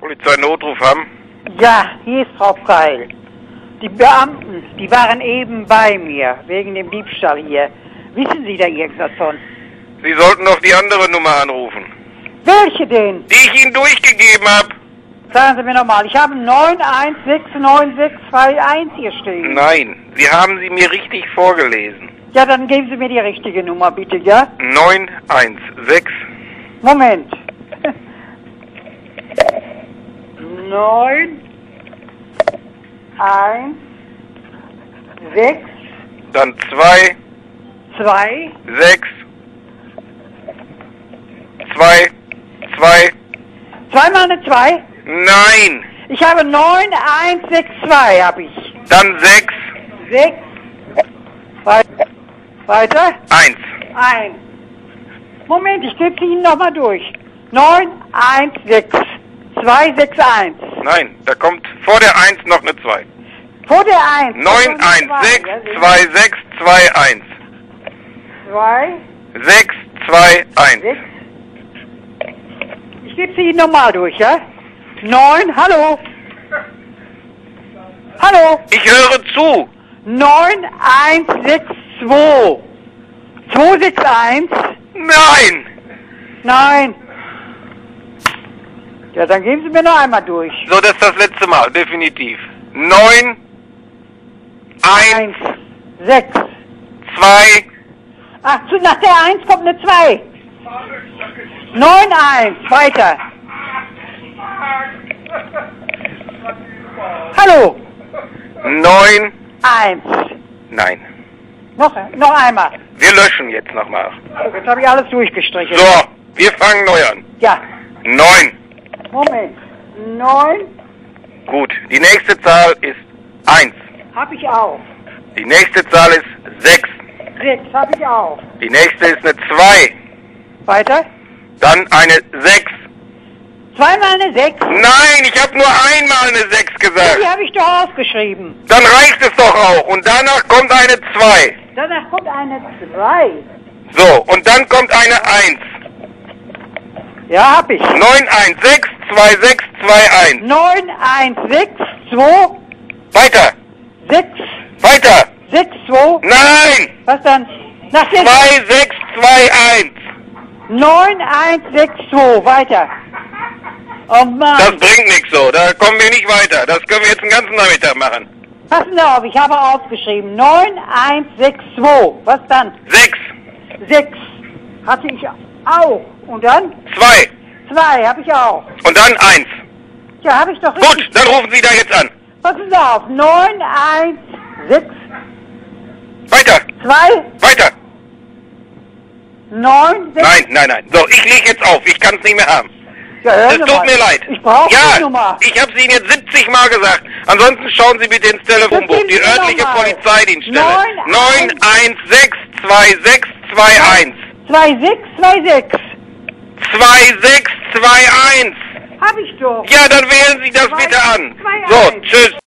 Polizeinotruf haben? Ja, hier ist Frau Keil. Die Beamten, die waren eben bei mir, wegen dem Diebstahl hier. Wissen Sie da irgendwas von? Sie sollten doch die andere Nummer anrufen. Welche denn? Die ich Ihnen durchgegeben habe. Sagen Sie mir nochmal, ich habe 9169621 hier stehen. Nein, Sie haben sie mir richtig vorgelesen. Ja, dann geben Sie mir die richtige Nummer, bitte, ja? 916. Moment. 9, 1, 6, Dann 2, 2, 6, 2, 2. zweimal eine 2? Nein, Ich habe 9162, habe ich. dann 6, 6, weiter? 1. 1. Moment, ich gebe sie Ihnen nochmal durch. 916261. Nein, da kommt vor der 1 noch eine 2. Vor der 1. 9162621. 2, 621. 6. Ich gebe sie Ihnen nochmal durch, ja? 9, hallo? Hallo? Ich höre zu. 9162. 261. Nein. Nein. Ja, dann geben Sie mir noch einmal durch. So, das ist das letzte Mal, definitiv. 9, 1, 6. 2. Ach, nach der 1 kommt eine 2. 9, 1. Weiter. Hallo. 9. 1. Nein. Noch einmal. Wir löschen jetzt nochmal. Jetzt habe ich alles durchgestrichen. So, wir fangen neu an. Ja. 9. Moment. 9 Gut, die nächste Zahl ist 1. habe ich auch. Die nächste Zahl ist 6. 6 habe ich auch. Die nächste ist eine 2. Weiter. Dann eine 6. Zweimal eine 6. Nein, ich habe nur einmal eine 6 gesagt. Die habe ich doch aufgeschrieben. Dann reicht es doch auch. Und danach kommt eine 2. Danach kommt eine 2. So, und dann kommt eine 1. Ja, habe ich. 9162621. 9162 Weiter. 6 Weiter. 62. Nein. Was dann? Nach der 2621. 9162. Weiter. Oh Mann. Das bringt nichts so. Da kommen wir nicht weiter. Das können wir jetzt den ganzen Nachmittag machen. Passen Sie auf, ich habe aufgeschrieben. 9162. Was dann? 6. 6 hatte ich auch. Und dann? 2. 2 habe ich auch. Und dann 1. Ja, habe ich doch Gut, richtig. dann rufen Sie da jetzt an. Passen Sie auf. 916 Weiter. 2 Weiter. 9 6. Nein. So, ich lege jetzt auf. Ich kann es nicht mehr haben. Ja, hören Es Sie tut mal. mir leid. Ich brauche Ja, die Nummer. ich habe es Ihnen jetzt 70 Mal gesagt. Ansonsten schauen Sie bitte ins Telefonbuch. Das Die geben Sie örtliche noch mal. Polizeidienststelle. 9162621. 2626. 2621. Habe ich doch. Ja, dann wählen Sie das bitte an. 2, So, 1. tschüss.